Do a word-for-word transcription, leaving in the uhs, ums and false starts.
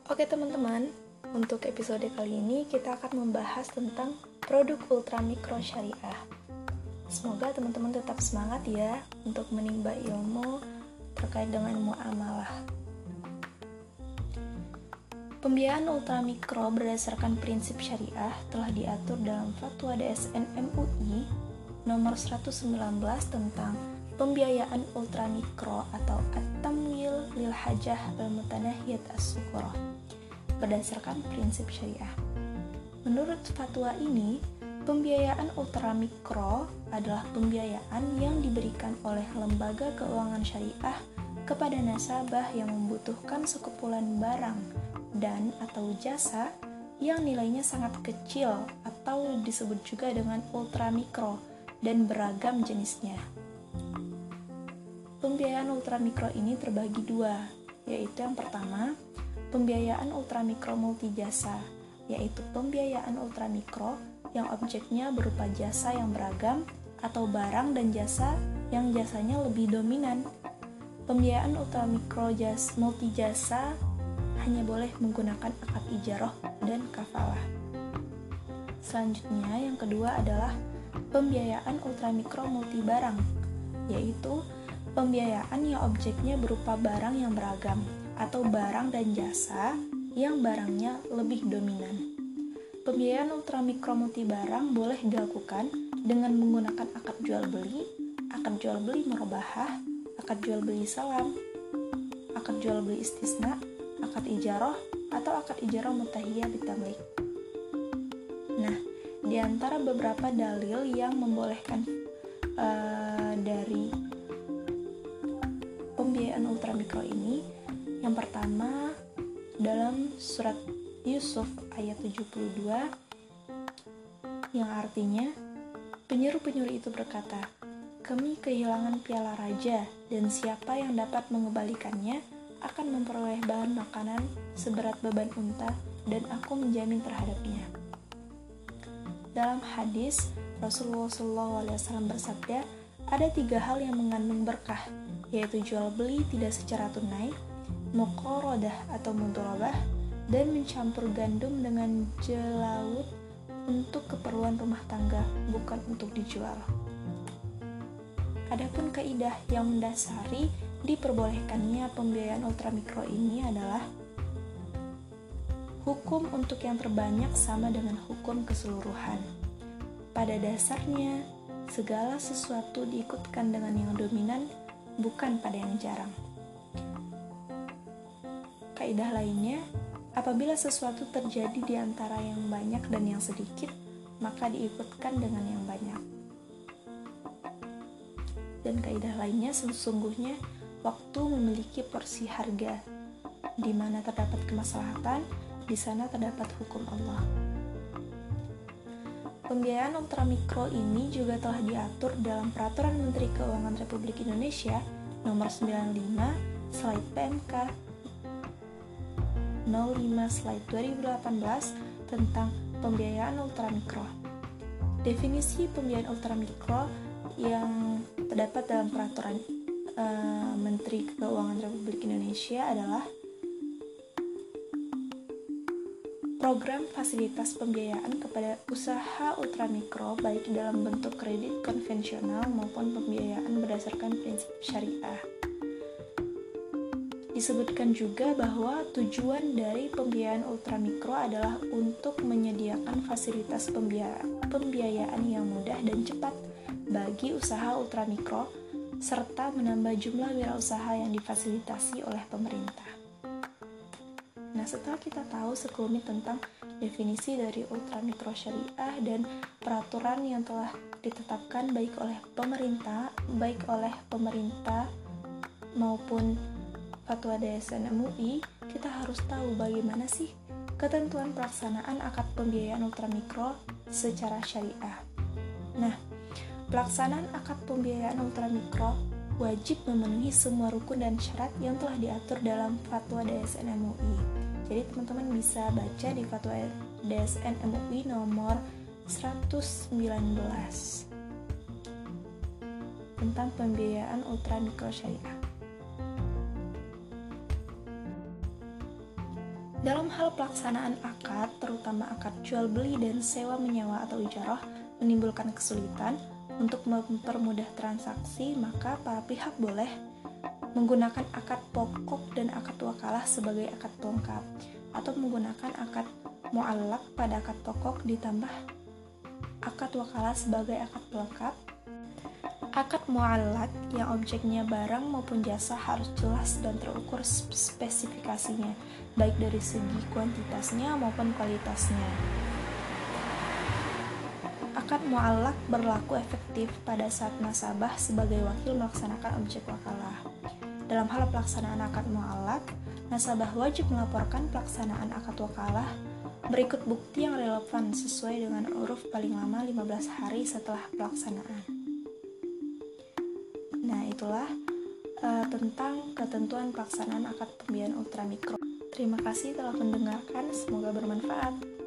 Oke teman-teman, untuk episode kali ini kita akan membahas tentang produk ultramikro syariah. Semoga teman-teman tetap semangat ya untuk menimba ilmu terkait dengan muamalah. Pembiayaan ultramikro berdasarkan prinsip syariah telah diatur dalam Fatwa D S N M U I nomor seratus sembilan belas tentang pembiayaan ultramikro atau at-tamwil lil hajah al-mutanahiyat as-sughra berdasarkan prinsip syariah. Menurut fatwa ini, pembiayaan ultramikro adalah pembiayaan yang diberikan oleh lembaga keuangan syariah kepada nasabah yang membutuhkan sekumpulan barang dan atau jasa yang nilainya sangat kecil atau disebut juga dengan ultramikro dan beragam jenisnya. Pembiayaan ultramikro ini terbagi dua, yaitu yang pertama, pembiayaan ultramikro multijasa, yaitu pembiayaan ultramikro yang objeknya berupa jasa yang beragam atau barang dan jasa yang jasanya lebih dominan. Pembiayaan ultramikro jas multijasa hanya boleh menggunakan akad ijarah dan kafalah. Selanjutnya yang kedua adalah pembiayaan ultramikro multibarang, yaitu pembiayaan yang objeknya berupa barang yang beragam atau barang dan jasa yang barangnya lebih dominan. Pembiayaan ultramikro multibarang boleh dilakukan dengan menggunakan akad jual beli, akad jual beli murabahah, akad jual beli salam, akad jual beli istisna, akad ijarah, atau akad ijarah mutahiyah bitamlik. Nah, di antara beberapa dalil yang membolehkan uh, dari pembiayaan ultramikro ini, yang pertama dalam surat Yusuf ayat tujuh puluh dua yang artinya penyeru-penyeru itu berkata, "Kami kehilangan piala raja dan siapa yang dapat mengembalikannya akan memperoleh bahan makanan seberat beban unta dan aku menjamin terhadapnya." Dalam hadis Rasulullah shallallahu alaihi wasallam bersabda, ada tiga hal yang mengandung berkah, yaitu jual beli tidak secara tunai, muqaradah atau mudharabah, dan mencampur gandum dengan jelaut untuk keperluan rumah tangga, bukan untuk dijual. Adapun kaidah yang mendasari diperbolehkannya pembiayaan ultramikro ini adalah hukum untuk yang terbanyak sama dengan hukum keseluruhan. Pada dasarnya, segala sesuatu diikutkan dengan yang dominan, bukan pada yang jarang. Kaidah lainnya, apabila sesuatu terjadi di antara yang banyak dan yang sedikit, maka diikutkan dengan yang banyak. Dan kaidah lainnya sesungguhnya waktu memiliki porsi harga, di mana terdapat kemaslahatan, di sana terdapat hukum Allah. Pembiayaan ultramikro ini juga telah diatur dalam Peraturan Menteri Keuangan Republik Indonesia nomor sembilan puluh lima slide P M K nol lima slide dua ribu delapan belas tentang pembiayaan ultramikro. Definisi pembiayaan ultramikro yang terdapat dalam Peraturan uh, Menteri Keuangan Republik Indonesia adalah program fasilitas pembiayaan kepada usaha ultramikro baik dalam bentuk kredit konvensional maupun pembiayaan berdasarkan prinsip syariah. Disebutkan juga bahwa tujuan dari pembiayaan ultramikro adalah untuk menyediakan fasilitas pembiayaan, pembiayaan yang mudah dan cepat bagi usaha ultramikro serta menambah jumlah wirausaha yang difasilitasi oleh pemerintah. Nah, setelah kita tahu sekelumit tentang definisi dari ultramikro syariah dan peraturan yang telah ditetapkan baik oleh pemerintah, baik oleh pemerintah maupun Fatwa D S N M U I, kita harus tahu bagaimana sih ketentuan pelaksanaan akad pembiayaan ultramikro secara syariah. Nah, pelaksanaan akad pembiayaan ultramikro wajib memenuhi semua rukun dan syarat yang telah diatur dalam Fatwa D S N M U I. Jadi teman-teman bisa baca di Fatwa D S N M U I nomor seratus sembilan belas tentang pembiayaan ultramikro syariah. Dalam hal pelaksanaan akad, terutama akad jual beli dan sewa menyewa atau ijarah, menimbulkan kesulitan. Untuk mempermudah transaksi, maka para pihak boleh menggunakan akad pokok dan akad wakalah sebagai akad pelengkap, atau menggunakan akad mu'allaq pada akad pokok ditambah akad wakalah sebagai akad pelengkap. Akad mu'allaq yang objeknya barang maupun jasa harus jelas dan terukur spesifikasinya, baik dari segi kuantitasnya maupun kualitasnya. Akad mu'allaq berlaku efektif pada saat nasabah sebagai wakil melaksanakan objek wakalah. Dalam hal pelaksanaan akad mu'allaq, nasabah wajib melaporkan pelaksanaan akad wakalah berikut bukti yang relevan sesuai dengan uruf paling lama lima belas hari setelah pelaksanaan. Nah, itulah uh, tentang ketentuan pelaksanaan akad pembiayaan ultramikro. Terima kasih telah mendengarkan, semoga bermanfaat.